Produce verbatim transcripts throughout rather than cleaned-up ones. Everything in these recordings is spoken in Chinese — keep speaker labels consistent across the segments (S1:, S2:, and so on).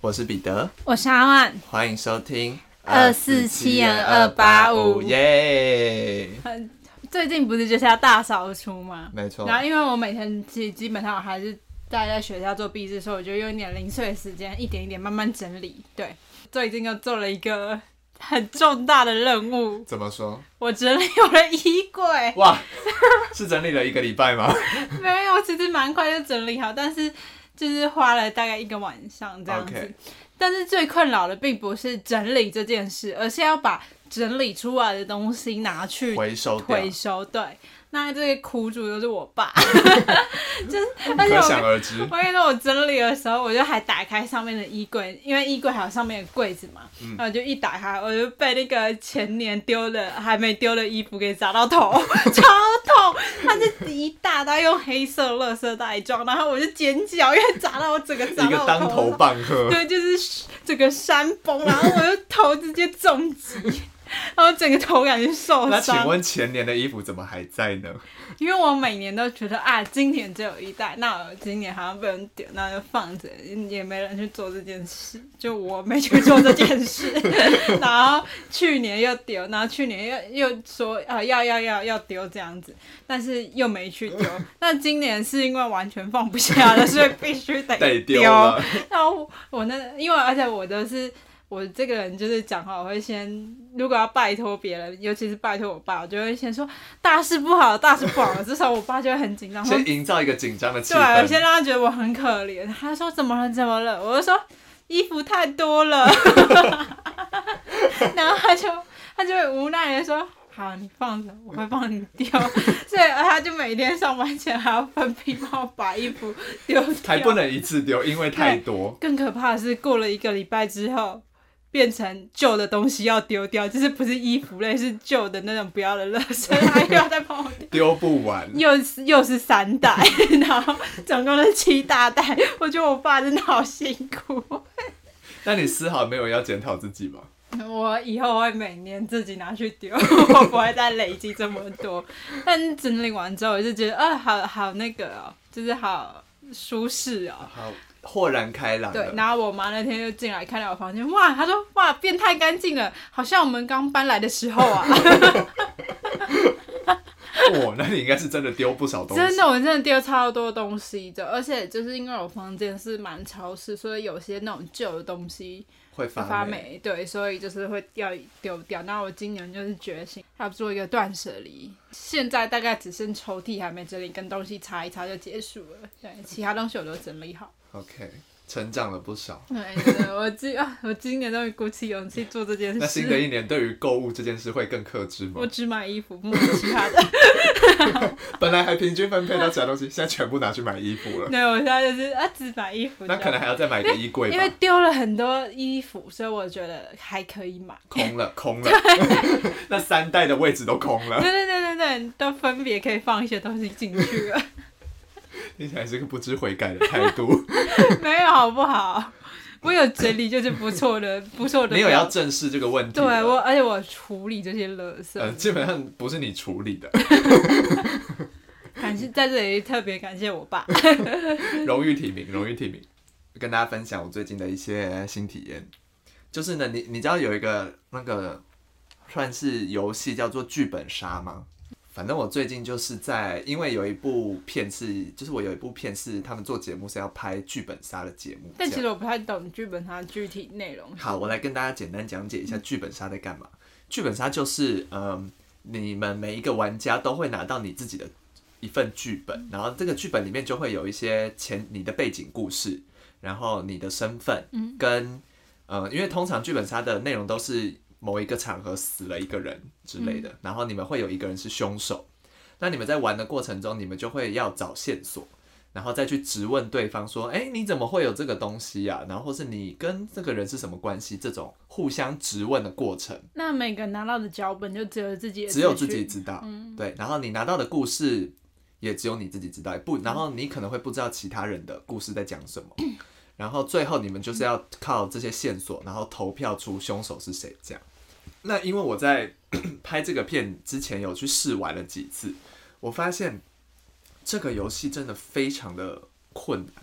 S1: 我是彼得，
S2: 我是阿万，
S1: 欢迎收听
S2: 二四七 N 二八五
S1: 耶！
S2: 最近不是就是要大扫除吗？
S1: 没错。
S2: 然后因为我每天其实基本上我还是待在学校做毕制，所以我就用一点零碎的时间，一点一点慢慢整理。对，最近又做了一个很重大的任务。
S1: 怎么说？
S2: 我整理我的衣柜。
S1: 哇，是整理了一个礼拜吗？
S2: 没有，其实蛮快就整理好，但是就是花了大概一个晚上这样子。Okay. 但是最困扰的并不是整理这件事，而是要把整理出来的东西拿去
S1: 回收
S2: 回收。对，那这个苦主就是我爸，就是
S1: 可想而知。
S2: 我跟你说，我整理的时候，我就还打开上面的衣柜，因为衣柜还有上面的柜子嘛，嗯、然后我就一打开，我就被那个前年丢的还没丢的衣服给砸到头，超痛！它是一大袋用黑色垃圾袋装，然后我就尖叫，因为砸到我整个砸到我头，
S1: 一个当头棒喝。
S2: 对，就是整个山崩，然后我就头直接重击。然后整个头感觉受伤。
S1: 那请问前年的衣服怎么还在呢？
S2: 因为我每年都觉得啊，今年只有一袋，那我今年好像被人丢，那就放着，也没人去做这件事，就我没去做这件事。然后去年又丢，然后去年又又说啊要要要要丢这样子，但是又没去丢。那今年是因为完全放不下了，所以必须得
S1: 得丢了。
S2: 然后我那因为而且我都是。我这个人就是讲话，我会先如果要拜托别人，尤其是拜托我爸，我就会先说大事不好，大事不好。至少我爸就会很紧张，
S1: 先营造一个紧张的气氛。
S2: 对，我先让他觉得我很可怜。他说怎么了怎么了？我就说衣服太多了，然后他就他就会无奈的说。好，你放着，我会帮你丢。所以他就每天上班前还要分批帮我把衣服丢掉，
S1: 还不能一次丢，因为太多。
S2: 更可怕的是，过了一个礼拜之后，变成旧的东西要丢掉，就是不是衣服类，是旧的那种不要的垃圾，他又要再帮我丢，
S1: 丢不完，
S2: 又是又是三袋，然后总共是七大袋。我觉得我爸真的好辛苦。
S1: 那你丝毫没有要检讨自己吗？
S2: 我以后会每年自己拿去丢，我不会再累积这么多。但整理完之后，我就觉得啊，好好那个哦，就是好舒适哦，
S1: 好豁然开朗。
S2: 对，然后我妈那天就进来看到我房间，哇，她说哇，变太干净了，好像我们刚搬来的时候啊。
S1: 哇，那你应该是真的丢不少东西。
S2: 真的，我真的丢超多东西的，而且就是因为我房间是蛮潮湿，所以有些那种旧的东西
S1: 会发霉，
S2: 发霉，对，所以就是会要丢掉。那我今年就是决心要做一个断舍离，现在大概只剩抽屉还没整理，跟东西擦一擦就结束了。对，其他东西我都整理好。
S1: OK。成长了不少。
S2: 对，我今啊，我今年终于鼓起勇气做这件事。
S1: 那新的一年对于购物这件事会更克制吗？
S2: 我只买衣服，不买其他的。
S1: 本来还平均分配到其他东西，现在全部拿去买衣服了。
S2: 对，我现在就是啊，只买衣服。
S1: 那可能还要再买一个衣柜吧。
S2: 因为丢了很多衣服，所以我觉得还可以买。
S1: 空了，空了。那三袋的位置都空了。
S2: 对对对对对，都分别可以放一些东西进去了。
S1: 听起来是个不知悔改的态度。
S2: 没有好不好？我有整理就是不错的，不错的。
S1: 你有要正视这个问题？
S2: 对，我而且我处理这些垃圾。
S1: 呃，基本上不是你处理的。
S2: 感谢在这里特别感谢我爸。
S1: 荣誉提名，荣誉提名。跟大家分享我最近的一些新体验，就是呢，你你知道有一个那个算是游戏叫做剧本杀吗？反正我最近就是在，因为有一部片是，就是我有一部片是他们做节目是要拍剧本杀的节目。
S2: 但其实我不太懂剧本杀的具体内容。
S1: 好，我来跟大家简单讲解一下剧本杀在干嘛。剧本杀就是，嗯，你们每一个玩家都会拿到你自己的一份剧本，然后这个剧本里面就会有一些前你的背景故事，然后你的身份跟，嗯，因为通常剧本杀的内容都是。某一个场合死了一个人之类的，嗯、然后你们会有一个人是凶手，那你们在玩的过程中，你们就会要找线索，然后再去质问对方说，哎，你怎么会有这个东西啊？然后或是你跟这个人是什么关系？这种互相质问的过程。
S2: 那每个人拿到的脚本就只有自己的，
S1: 只有自己知道，
S2: 嗯、
S1: 对。然后你拿到的故事也只有你自己知道，不，然后你可能会不知道其他人的故事在讲什么。然后最后你们就是要靠这些线索，然后投票出凶手是谁，这样。那因为我在拍这个片之前有去试玩了几次，我发现这个游戏真的非常的困难欸，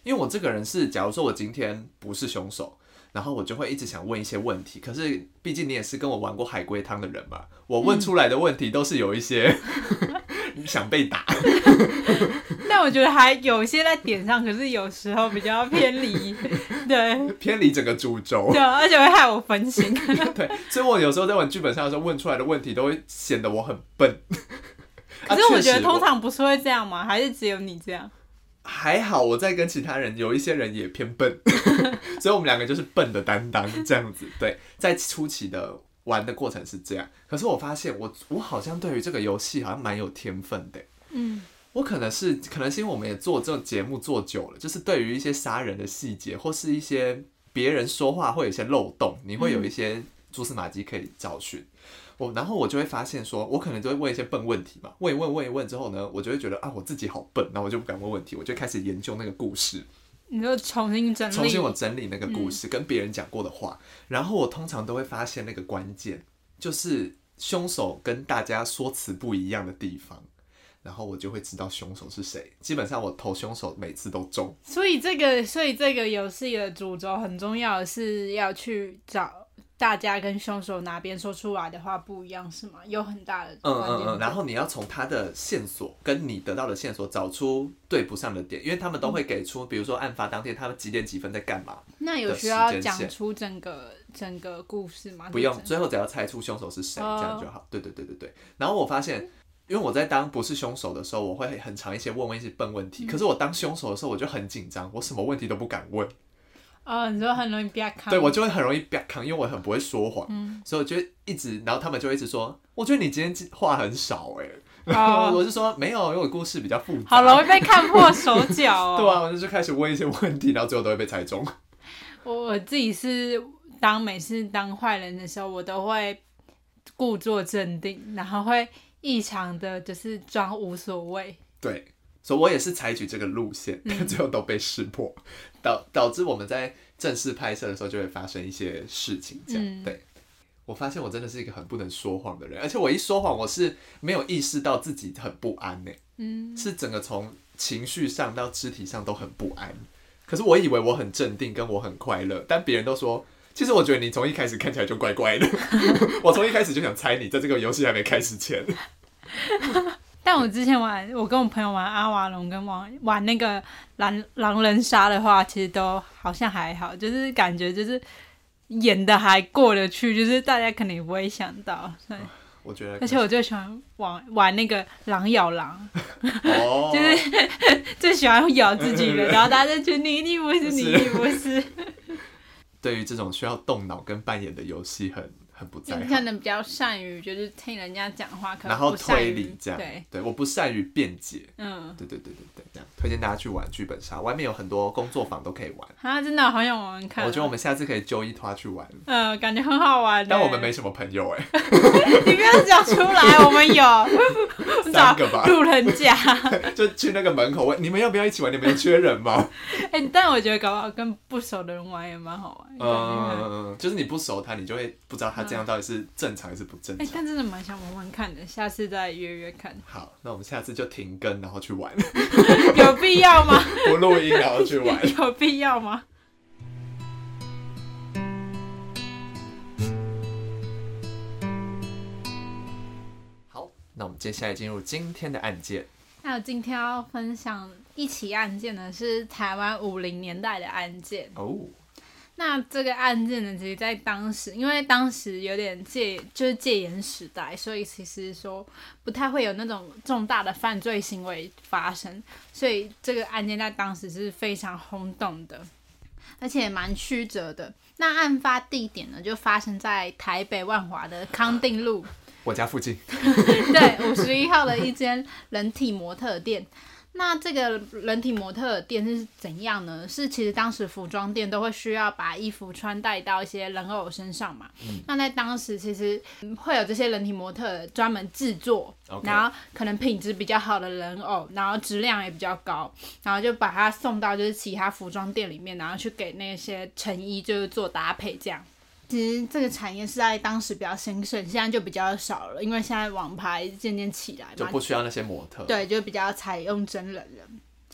S1: 因为我这个人是，假如说我今天不是凶手，然后我就会一直想问一些问题。可是毕竟你也是跟我玩过海龟汤的人嘛，我问出来的问题都是有一些、嗯、想被打。
S2: 但我觉得还有一些在点上，可是有时候比较偏离，对，
S1: 偏离整个主轴，
S2: 对，而且会害我分心。
S1: 对，所以我有时候在玩剧本上的时候，问出来的问题都会显得我很笨。
S2: 可是我觉得通常不是会这样吗？还是只有你这样？
S1: 还好我在跟其他人，有一些人也偏笨，所以我们两个就是笨的担当这样子。对，在初期的玩的过程是这样，可是我发现我我好像对于这个游戏好像蛮有天分的。嗯。我可能是，可能是因为我们也做这种节目做久了，就是对于一些杀人的细节，或是一些别人说话会有一些漏洞，你会有一些蛛丝马迹可以找寻。我然后我就会发现说，我可能就会问一些笨问题嘛，问一问问一问之后呢，我就会觉得啊，我自己好笨，然后我就不敢问问题，我就开始研究那个故事。
S2: 你就重新整理，
S1: 重新我整理那个故事，嗯、跟别人讲过的话，然后我通常都会发现那个关键就是凶手跟大家说辞不一样的地方。然后我就会知道凶手是谁，基本上我投凶手每次都中。
S2: 所以这个，所以这个游戏的主轴很重要的是要去找大家跟凶手哪边说出来的话不一样，是吗？有很大的关键。嗯嗯嗯。
S1: 然后你要从他的线索跟你得到的线索找出对不上的点，因为他们都会给出，比如说案发当天他们几点几分在干嘛。
S2: 那有需要讲出整个整个故事吗？
S1: 不用，最后只要猜出凶手是谁，这样就好。对对对对对。然后我发现。因为我在当不是凶手的时候，我会很常一些问问一些笨问题。嗯、可是我当凶手的时候，我就很紧张，我什么问题都不敢问。
S2: 哦，你说很容易憋康。
S1: 对，我就会很容易憋康，因为我很不会说谎，嗯、所以我就一直，然后他们就一直说，我觉得你今天话很少哎、欸。然后我就说没有，因为我故事比较复杂。
S2: 好容易被看破手脚哦。
S1: 对啊，我就开始问一些问题，然后最后都会被猜中。
S2: 我我自己是当每次当坏人的时候，我都会故作镇定，然后会。异常的就是装无所谓，
S1: 对，所以我也是采取这个路线，但最后都被识破，导导致我们在正式拍摄的时候就会发生一些事情，这样、嗯、对。我发现我真的是一个很不能说谎的人，而且我一说谎，我是没有意识到自己很不安呢，嗯，是整个从情绪上到肢体上都很不安。可是我以为我很镇定，跟我很快乐，但别人都说。其实我觉得你从一开始看起来就怪怪的，我从一开始就想猜你在这个游戏还没开始前。
S2: 但我之前玩，我跟我朋友玩阿瓦隆跟玩玩那个狼狼人杀的话，其实都好像还好，就是感觉就是演的还过得去，就是大家可能也不会想到。对，
S1: 我觉得，
S2: 而且我最喜欢玩玩那个狼咬狼，哦、就是最喜欢咬自己人，然后大家就觉得你一定不是，你一定不是。
S1: 对于这种需要动脑跟扮演的游戏很很不在行，
S2: 你可能比较善于就是听人家讲话，可能
S1: 然后推理这样，
S2: 对
S1: 对，我不善于辩解，嗯，对对对对对，这样推荐大家去玩剧本杀，外面有很多工作坊都可以玩
S2: 啊，真的好想玩玩看、啊。
S1: 我觉得我们下次可以揪一团去玩，
S2: 嗯、呃，感觉很好玩，
S1: 但我们没什么朋友哎、
S2: 欸，你不要讲出来，我们有
S1: 三个吧，
S2: 路人甲，
S1: 就去那个门口问你们要不要一起玩，你们有缺人吗？
S2: 哎、欸，但我觉得搞不好跟不熟的人玩也蛮好玩，
S1: 嗯，就是你不熟他，你就会不知道他这样到底是正常还是不正常。
S2: 哎、欸，但真的蛮想玩玩看的，下次再约约看。
S1: 好，那我们下次就停更，然后去玩。
S2: 有必要吗？
S1: 不录音然后去玩，
S2: 有必要吗？
S1: 好，那我们接下来进入今天的案件。
S2: 那我今天要分享一起案件呢，是台湾五零年代的案件哦。那这个案件呢，其实在当时，因为当时有点戒，就是戒严时代，所以其实说不太会有那种重大的犯罪行为发生，所以这个案件在当时是非常轰动的，而且也蛮曲折的。那案发地点呢，就发生在台北万华的康定路，
S1: 我家附近。
S2: 对，五十一号的一间人体模特店。那这个人体模特店是怎样呢？是其实当时服装店都会需要把衣服穿戴到一些人偶身上嘛。嗯、那在当时其实会有这些人体模特专门制作， okay. 然后可能品质比较好的人偶，然后质量也比较高，然后就把它送到就是其他服装店里面，然后去给那些成衣就是做搭配这样。其实这个产业是在当时比较兴盛，现在就比较少了，因为现在网拍渐渐起来嘛，
S1: 就不需要那些模特，
S2: 对，就比较采用真人了。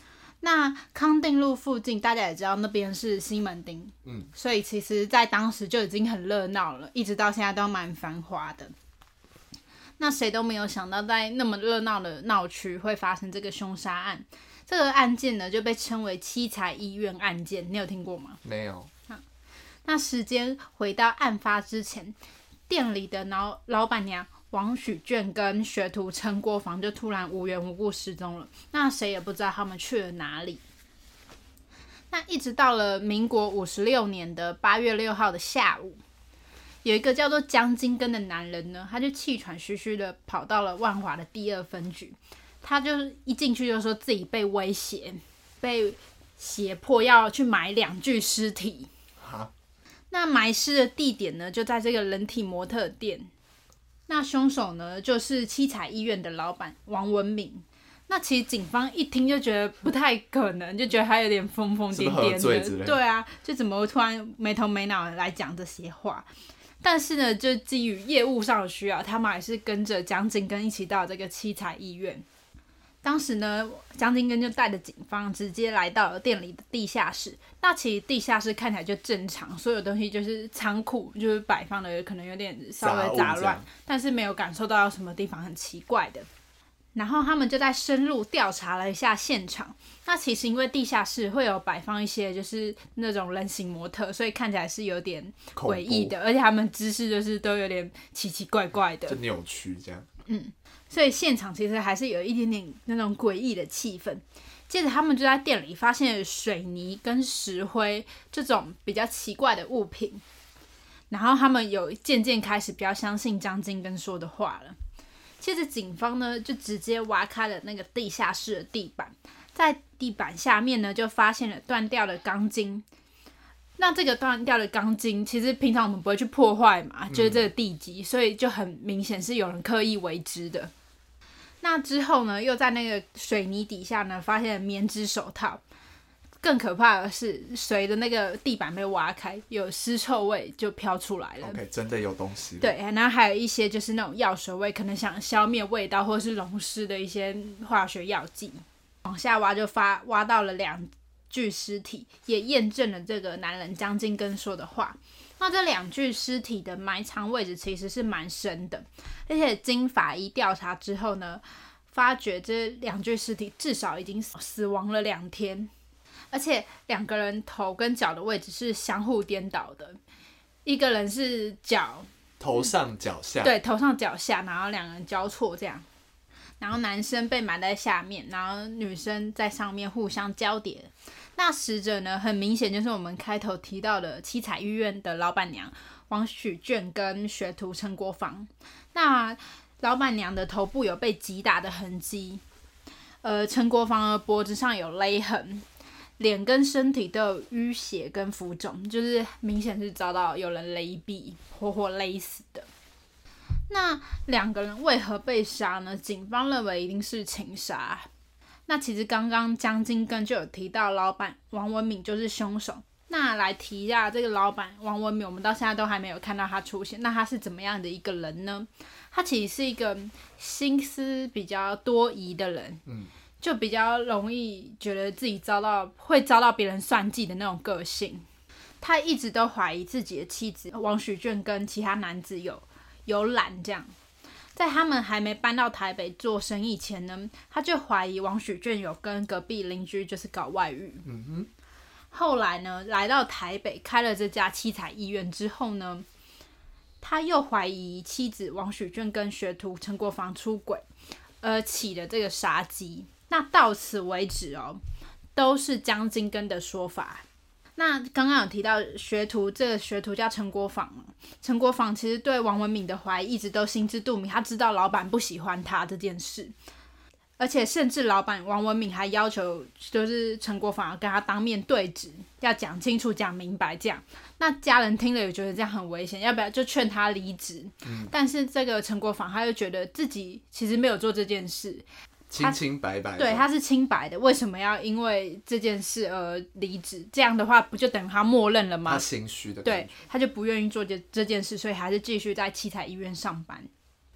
S2: 那康定路附近大家也知道那边是西门町，嗯，所以其实在当时就已经很热闹了，一直到现在都蛮繁华的。那谁都没有想到在那么热闹的闹区会发生这个凶杀案。这个案件呢就被称为七彩医院案件，你有听过吗？
S1: 没有。
S2: 那时间回到案发之前，店里的老老板娘王许娟跟学徒陈国防就突然无缘无故失踪了，那谁也不知道他们去了哪里。那一直到了民国五十六年的八月六号的下午，有一个叫做江金根的男人呢，他就气喘吁吁的跑到了万华的第二分局，他就是一进去就说自己被威胁，被胁迫要去埋两具尸体。那埋尸的地点呢，就在这个人体模特店。那凶手呢，就是七彩医院的老板王文敏。那其实警方一听就觉得不太可能，就觉得他有点疯疯癫癫的，对啊，就怎么会突然没头没脑的来讲这些话？但是呢，就基于业务上的需要，他们还是跟着江金根一起到这个七彩医院。当时呢，江金根就带着警方直接来到了店里的地下室。那其实地下室看起来就正常，所有东西就是仓库，就是摆放的可能有点稍微杂乱，但是没有感受到有什么地方很奇怪的。然后他们就在深入调查了一下现场。那其实因为地下室会有摆放一些就是那种人形模特，所以看起来是有点诡异的，而且他们姿势就是都有点奇奇怪怪的，
S1: 就扭曲这样。
S2: 嗯。所以现场其实还是有一点点那种诡异的气氛。接着他们就在店里发现了水泥跟石灰这种比较奇怪的物品，然后他们有渐渐开始比较相信江金根说的话了。接着警方呢就直接挖开了那个地下室的地板，在地板下面呢就发现了断掉的钢筋。那这个断掉的钢筋其实平常我们不会去破坏嘛，就是这个地基，所以就很明显是有人刻意为之的。那之后呢，又在那个水泥底下呢发现了棉质手套。更可怕的是，随着那个地板被挖开，有尸臭味就飘出来了。
S1: OK， 真的有东西了。
S2: 对，然后还有一些就是那种药水味，可能想消灭味道或是溶尸的一些化学药剂。往下挖就发挖到了两具尸体，也验证了这个男人江金根说的话。那这两具尸体的埋藏位置其实是蛮深的，而且经法医调查之后呢，发觉这两具尸体至少已经死亡了两天，而且两个人头跟脚的位置是相互颠倒的，一个人是脚
S1: 头上脚下，
S2: 对，头上脚下，然后两个人交错这样，然后男生被埋在下面，然后女生在上面互相交叠。那死者呢，很明显就是我们开头提到的七彩医院的老板娘王许娟跟学徒陈国防。那老板娘的头部有被击打的痕迹，呃，陈国防的脖子上有勒痕，脸跟身体都有淤血跟浮肿，就是明显是遭到有人勒毙，活活勒死的。那两个人为何被杀呢？警方认为一定是情杀。那其实刚刚江金根就有提到老板王文敏就是凶手。那来提一下这个老板王文敏，我们到现在都还没有看到他出现。那他是怎么样的一个人呢？他其实是一个心思比较多疑的人，嗯，就比较容易觉得自己遭到会遭到别人算计的那种个性。他一直都怀疑自己的妻子王许娟跟其他男子有有染这样。在他们还没搬到台北做生意前呢，他就怀疑王许娟有跟隔壁邻居就是搞外遇。嗯哼。后来呢，来到台北开了这家七彩医院之后呢，他又怀疑妻子王许娟跟学徒陈国防出轨，而起了这个杀机。那到此为止哦，都是江金根的说法。那刚刚有提到学徒，这个学徒叫陈国防，陈国防其实对王文敏的怀疑一直都心知肚明，他知道老板不喜欢他这件事，而且甚至老板王文敏还要求就是陈国防要跟他当面对质，要讲清楚讲明白这样。那家人听了也觉得这样很危险，要不要就劝他离职、嗯、但是这个陈国防他就觉得自己其实没有做这件事，
S1: 清清白白的，
S2: 对，他是清白的，为什么要因为这件事而离职？这样的话不就等于他默认了吗？
S1: 他心虚的感觉，
S2: 对，他就不愿意做这这件事，所以还是继续在七彩医院上班。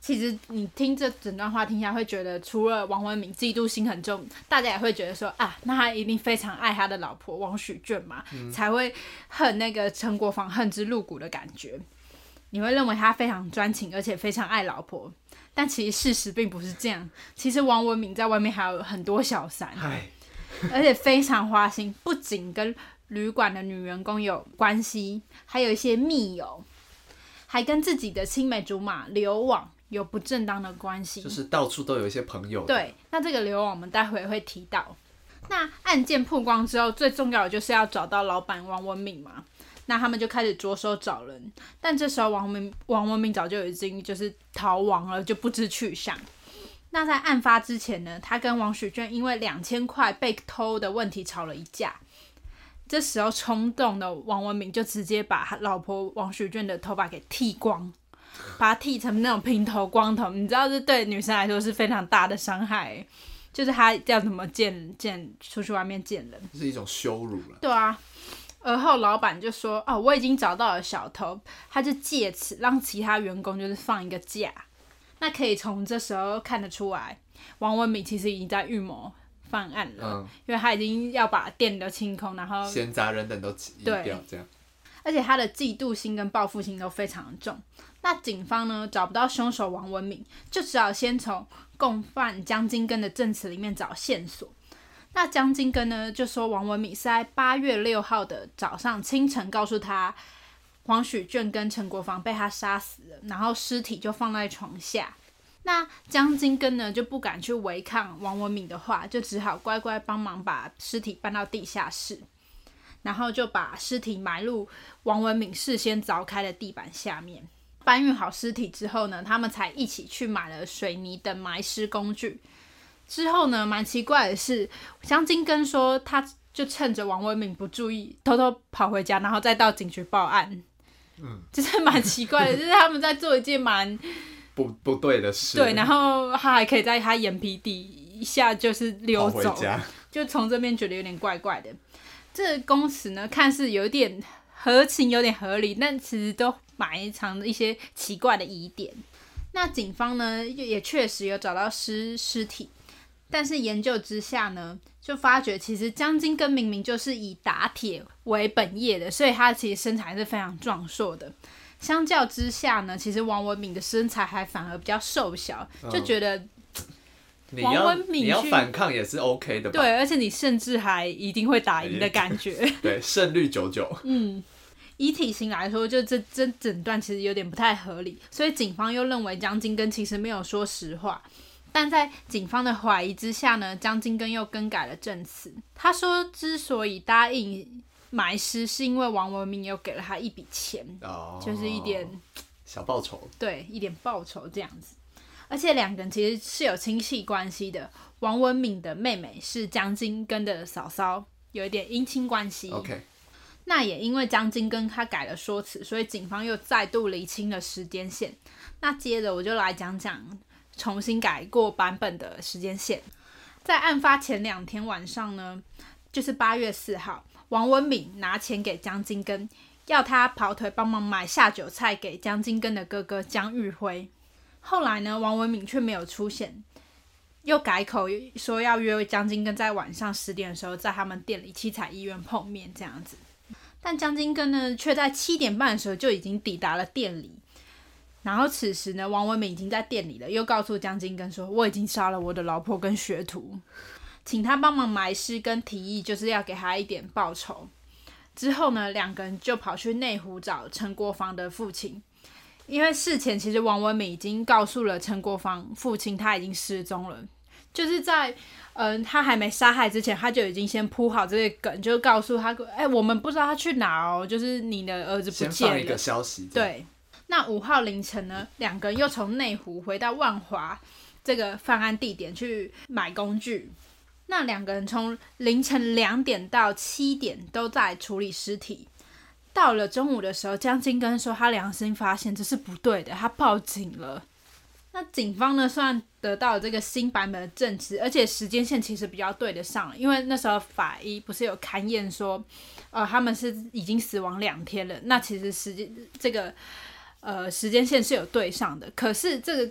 S2: 其实你听这整段话听下来，会觉得除了王文敏嫉妒心很重，大家也会觉得说啊，那他一定非常爱他的老婆王许卷嘛，嗯、才会恨那个陈国防恨之入骨的感觉。你会认为他非常专情，而且非常爱老婆，但其实事实并不是这样。其实王文敏在外面还有很多小三，而且非常花心，不仅跟旅馆的女员工有关系，还有一些密友，还跟自己的青梅竹马刘网有不正当的关系，
S1: 就是到处都有一些朋友。
S2: 对，那这个刘网我们待会会提到。那案件曝光之后，最重要的就是要找到老板王文敏嘛。那他们就开始着手找人，但这时候王文王文敏早就已经就是逃亡了，就不知去向。那在案发之前呢，他跟王许娟因为两千块被偷的问题吵了一架。这时候冲动的王文敏就直接把他老婆王许娟的头发给剃光，把她剃成那种平头光头。你知道这对女生来说是非常大的伤害，就是她要怎么见见出去外面见人，
S1: 是一种羞辱了。
S2: 对啊。而后老板就说：“哦，我已经找到了小偷。”他就借此让其他员工就是放一个假。那可以从这时候看得出来，王文敏其实已经在预谋犯案了，嗯、因为他已经要把店里都清空，然后
S1: 闲杂人等都移掉，这样。
S2: 而且他的嫉妒心跟报复心都非常重。那警方呢找不到凶手王文敏，就只好先从共犯江金根的证词里面找线索。那江金根呢就说王文敏是在八月六号的早上清晨告诉他黄许卷跟陈国防被他杀死了，然后尸体就放在床下。那江金根呢就不敢去违抗王文敏的话，就只好乖乖帮忙把尸体搬到地下室，然后就把尸体埋入王文敏事先凿开的地板下面。搬运好尸体之后呢，他们才一起去买了水泥等埋尸工具。之后呢，蛮奇怪的是，江金根说他就趁着王文敏不注意，偷偷跑回家，然后再到警局报案。嗯，就是蛮奇怪的，就是他们在做一件蛮
S1: 不不对的事。
S2: 对，然后他还可以在他眼皮底下就是溜走，就从这边觉得有点怪怪的。这个供词呢，看似有点合情，有点合理，但其实都埋藏着一些奇怪的疑点。那警方呢，也确实有找到尸尸体。但是研究之下呢，就发觉其实江金根明明就是以打铁为本业的，所以他其实身材是非常壮硕的。相较之下呢，其实王文敏的身材还反而比较瘦小，嗯、就觉得王文敏
S1: 你要反抗也是 OK 的吧？
S2: 对，而且你甚至还一定会打赢的感觉。
S1: 对，胜率九九。
S2: 嗯，以体型来说，就这这整段其实有点不太合理，所以警方又认为江金根其实没有说实话。但在警方的怀疑之下呢，江金根又更改了证词。他说，之所以答应埋尸，是因为王文敏又给了他一笔钱，哦、就是一点
S1: 小报酬。
S2: 对，一点报酬这样子。而且两个人其实是有亲戚关系的。王文敏的妹妹是江金根的嫂嫂，有一点姻亲关系。
S1: OK。
S2: 那也因为江金根他改了说辞，所以警方又再度厘清了时间线。那接着我就来讲讲。重新改过版本的时间线。在案发前两天晚上呢，就是八月四号，王文敏拿钱给江金根，要他跑腿帮忙买下酒菜给江金根的哥哥江玉辉。后来呢，王文敏却没有出现，又改口说要约江金根在晚上十点的时候在他们店里七彩医院碰面这样子。但江金根呢，却在七点半的时候就已经抵达了店里。然后此时呢，王文敏已经在店里了，又告诉江金根说：“我已经杀了我的老婆跟学徒，请他帮忙埋尸，跟提议就是要给他一点报酬。”之后呢，两个人就跑去内湖找陈国防的父亲，因为事前其实王文敏已经告诉了陈国防父亲他已经失踪了，就是在嗯、呃、他还没杀害之前，他就已经先铺好这个梗，就告诉他：“哎、欸，我们不知道他去哪哦，就是你的儿子不见了。”
S1: 先放一个消息。
S2: 对。那五号凌晨呢，两个人又从内湖回到万华这个犯案地点去买工具。那两个人从凌晨两点到七点都在处理尸体。到了中午的时候，江金根说他良心发现这是不对的，他报警了。那警方呢，虽然得到了这个新版本的证词，而且时间线其实比较对得上，因为那时候法医不是有勘验说，呃，他们是已经死亡两天了。那其实时间这个。呃，时间线是有对上的，可是这个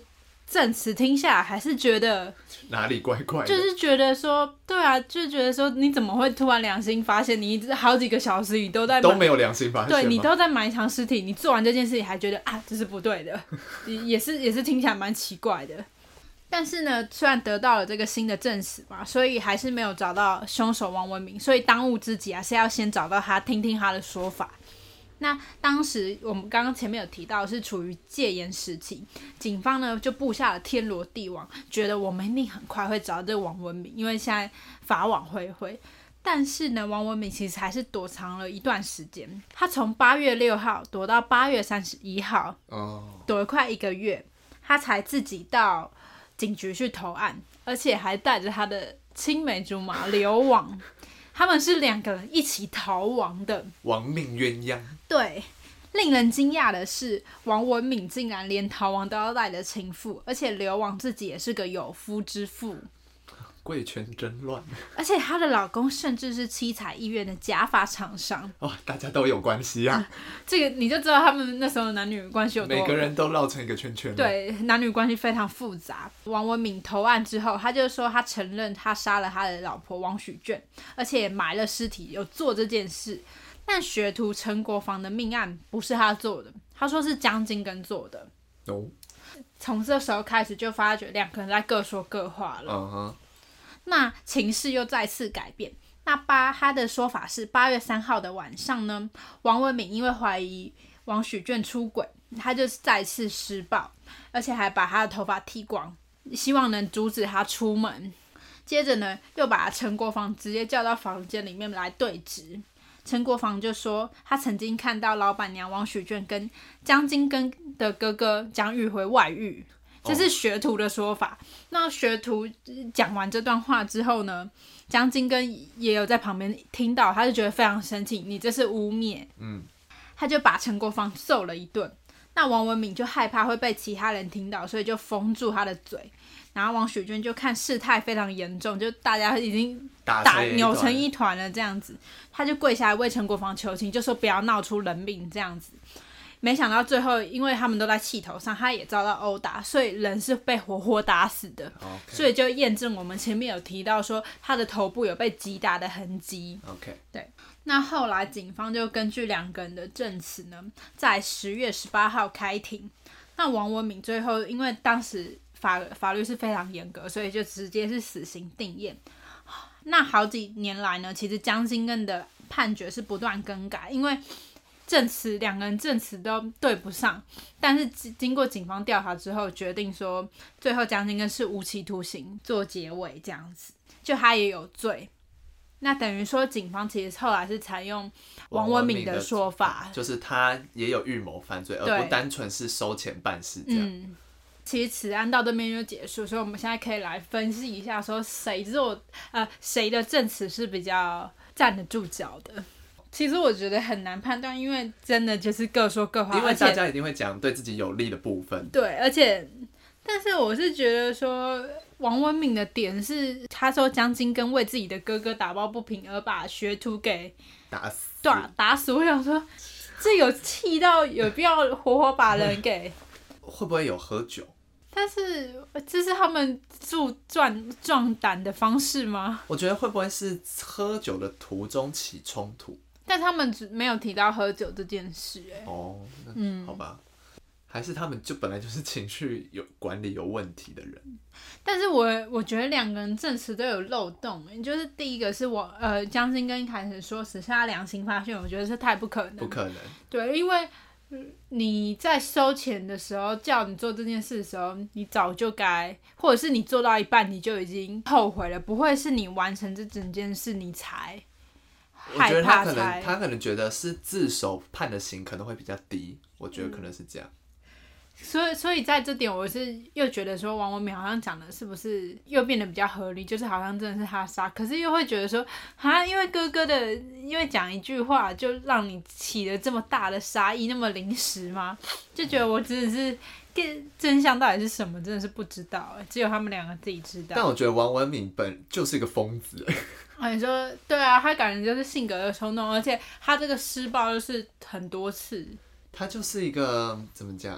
S2: 证词听下来还是觉得
S1: 哪里怪怪的，
S2: 就是觉得说，对啊，就觉得说你怎么会突然良心发现，你一直好几个小时你都在
S1: 都没有良心发现，
S2: 对你都在埋藏尸体，你做完这件事情还觉得啊这是不对的，也是也是听起来蛮奇怪的。但是呢，虽然得到了这个新的证实嘛，所以还是没有找到凶手王文明，所以当务之急还是要先找到他，听听他的说法。那当时我们刚刚前面有提到是处于戒严时期，警方呢就布下了天罗地网，觉得我们一定很快会找到这个王文明，因为现在法网恢恢。但是呢，王文明其实还是躲藏了一段时间，他从八月六号躲到八月三十一号，哦，躲了快一个月，他才自己到警局去投案，而且还带着他的青梅竹马流亡。他们是两个人一起逃亡的，
S1: 亡命鸳鸯。
S2: 对，令人惊讶的是，王文敏竟然连逃亡都要带着情妇，而且流亡自己也是个有夫之妇。
S1: 贵圈真乱，
S2: 而且她的老公甚至是七彩医院的假发厂商。
S1: 哦，大家都有关系啊。
S2: 这个你就知道他们那时候的男女关系有多，
S1: 每个人都绕成一个圈圈。
S2: 对，男女关系非常复杂。王文敏投案之后，他就说他承认他杀了他的老婆王许卷，而且也埋了尸体，有做这件事。但学徒陈国防的命案不是他做的，他说是江金根做的。哦，从这时候开始就发觉两个人在各说各话了。嗯哼。那情势又再次改变。那八他的说法是八月三号的晚上呢，王文敏因为怀疑王许卷出轨，他就再次施暴，而且还把他的头发剃光，希望能阻止他出门。接着呢，又把陈国防直接叫到房间里面来对质。陈国防就说，他曾经看到老板娘王许卷跟江金根的哥哥江玉辉外遇。这是学徒的说法。Oh. 那学徒讲完这段话之后呢，江金根也有在旁边听到，他就觉得非常生气，你这是污蔑。嗯，他就把陈国芳揍了一顿。那王文敏就害怕会被其他人听到，所以就封住他的嘴。然后王雪娟就看事态非常严重，就大家已经打扭成一团了这样子，他就跪下来为陈国芳求情，就说不要闹出人命这样子。没想到最后，因为他们都在气头上，他也遭到殴打，所以人是被活活打死的。Okay. 所以就验证我们前面有提到说，他的头部有被击打的痕迹。
S1: Okay.
S2: 对。那后来警方就根据两个人的证词呢，在十月十八号开庭。那王文敏最后因为当时法法律是非常严格，所以就直接是死刑定验。那好几年来呢，其实江金根的判决是不断更改，因为证词两个人证词都对不上，但是经过警方调查之后，决定说最后江金根是无期徒刑做结尾这样子，就他也有罪。那等于说警方其实后来是采用王文敏的说法，
S1: 就是他也有预谋犯罪，而不单纯是收钱办事这样。
S2: 嗯，其实此案到这边就结束，所以我们现在可以来分析一下，说谁做呃谁的证词是比较站得住脚的。其实我觉得很难判断，因为真的就是各说各话，
S1: 因为大家一定会讲对自己有利的部分。
S2: 对，而且，但是我是觉得说，王文敏的点是，他说江金根为自己的哥哥打抱不平，而把学徒给
S1: 打死。
S2: 对、啊，打死。我想说，这有气到有必要活活把人给？
S1: 会不会有喝酒？
S2: 但是这是他们助壮壮胆的方式吗？
S1: 我觉得会不会是喝酒的途中起冲突？
S2: 但他们没有提到喝酒这件事、欸，
S1: 哦，嗯，好吧，还是他们就本来就是情绪有管理有问题的人。
S2: 但是我我觉得两个人证词都有漏洞，就是第一个是我呃江金根一开始说只是他良心发现，我觉得是太不可能，
S1: 不可能。
S2: 对，因为你在收钱的时候叫你做这件事的时候，你早就该，或者是你做到一半你就已经后悔了，不会是你完成这整件事你才。
S1: 我觉得他可能他可能觉得是自首判的刑可能会比较低，我觉得可能是这样。
S2: 嗯、所以所以在这点我是又觉得说王文敏好像讲的是不是又变得比较合理，就是好像真的是他杀，可是又会觉得说啊，因为哥哥的因为讲一句话就让你起了这么大的杀意，那么临时吗？就觉得我真的是真相到底是什么，真的是不知道，只有他们两个自己知道。
S1: 但我觉得王文敏本就是一个疯子。
S2: 啊，你说对啊，他感觉就是性格的冲动，而且他这个施暴就是很多次。
S1: 他就是一个怎么讲，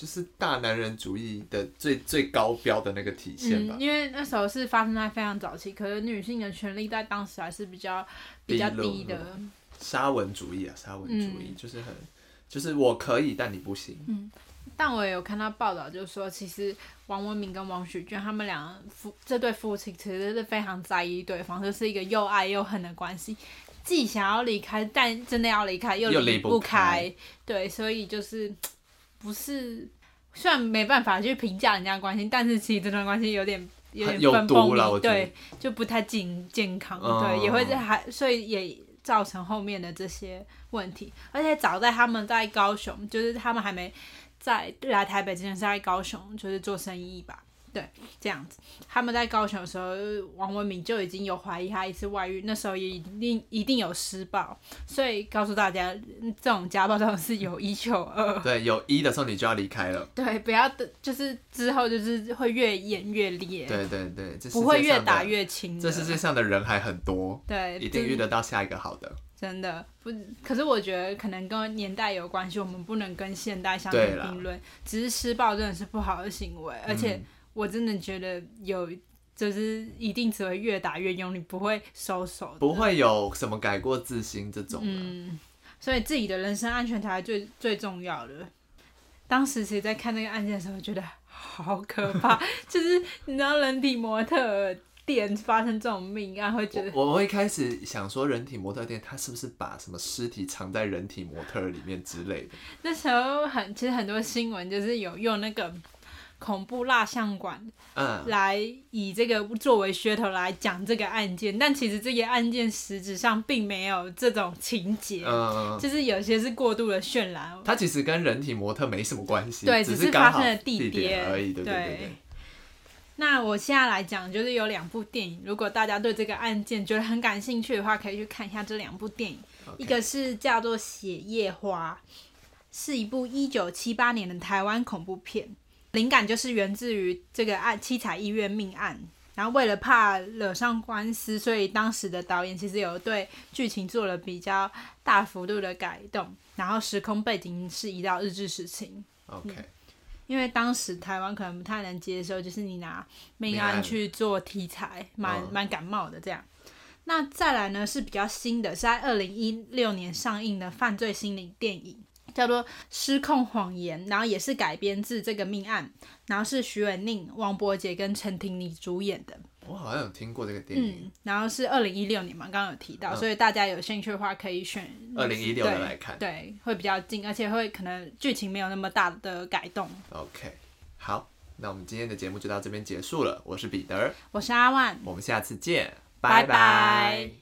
S1: 就是大男人主义的最最高标的那个体现吧、
S2: 嗯。因为那时候是发生在非常早期，可是女性的权利在当时还是比较比较低的。
S1: 沙文主义啊，沙文主义、嗯、就是很，就是我可以，但你不行。
S2: 嗯，但我也有看到报道，就是说，其实王文明跟王许娟他们俩夫这对夫妻其实是非常在意对方，就是一个又爱又恨的关系，既想要离开，但真的要离开又离不开。对，所以就是不是，虽然没办法去评价人家的关系，但是其实这段关系有点。有点分崩离，对，就不太健健康，嗯、对，也会在还，所以也造成后面的这些问题。而且早在他们在高雄，就是他们还没在来台北之前是在高雄，就是做生意吧，对，这样子。他们在高雄的时候，王文明就已经有怀疑他一次外遇，那时候也一定一定有施暴，所以告诉大家，这种家暴这种是有一就二。
S1: 对，有一的时候你就要离开了。
S2: 对，不要就是之后就是会越演越烈。
S1: 对对对，这
S2: 不会越打越轻。
S1: 这世界上的人还很多，
S2: 对，
S1: 一定遇得到下一个好的。
S2: 真的不，可是我觉得可能跟年代有关系，我们不能跟现代相提并论。只是施暴真的是不好的行为，而且。嗯我真的觉得有，就是一定只会越打越用力，不会收手的，
S1: 不会有什么改过自新这种的。
S2: 嗯，所以自己的人身安全才是最最重要的。当时其实在看那个案件的时候，觉得好可怕，就是你知道人体模特店发生这种命案，会觉得
S1: 我我会开始想说，人体模特店他是不是把什么尸体藏在人体模特里面之类的？
S2: 那时候很其实很多新闻就是有用那个。恐怖蜡像馆，嗯，来以这个作为噱头来讲这个案件，但其实这个案件实质上并没有这种情节，嗯，就是有些是过度的渲染。
S1: 它其实跟人体模特没什么关系，
S2: 对，
S1: 只
S2: 是发生的地
S1: 点而已，对对 对, 对, 对。
S2: 那我现在来讲，就是有两部电影，如果大家对这个案件觉得很感兴趣的话，可以去看一下这两部电影。Okay. 一个是叫做《血夜花》，是一部一九七八年的台湾恐怖片。灵感就是源自于这个案七彩医院命案，然后为了怕惹上官司，所以当时的导演其实有对剧情做了比较大幅度的改动，然后时空背景是移到日治时期。
S1: OK，
S2: 嗯、因为当时台湾可能不太能接受，就是你拿命案去做题材，蛮蛮感冒的这样。那再来呢是比较新的，是在二零一六年上映的犯罪心理电影。叫做《失控谎言》，然后也是改编自这个命案，然后是徐伟宁、王柏杰跟陈婷妮主演的。
S1: 我好像有听过这个电影。
S2: 嗯，然后是二零一六年嘛，刚刚有提到、嗯，所以大家有兴趣的话可以选
S1: 二零一六的来看，
S2: 对，会比较近，而且会可能剧情没有那么大的改动。
S1: OK， 好，那我们今天的节目就到这边结束了。我是彼得，
S2: 我是阿万，
S1: 我们下次见，
S2: 拜拜。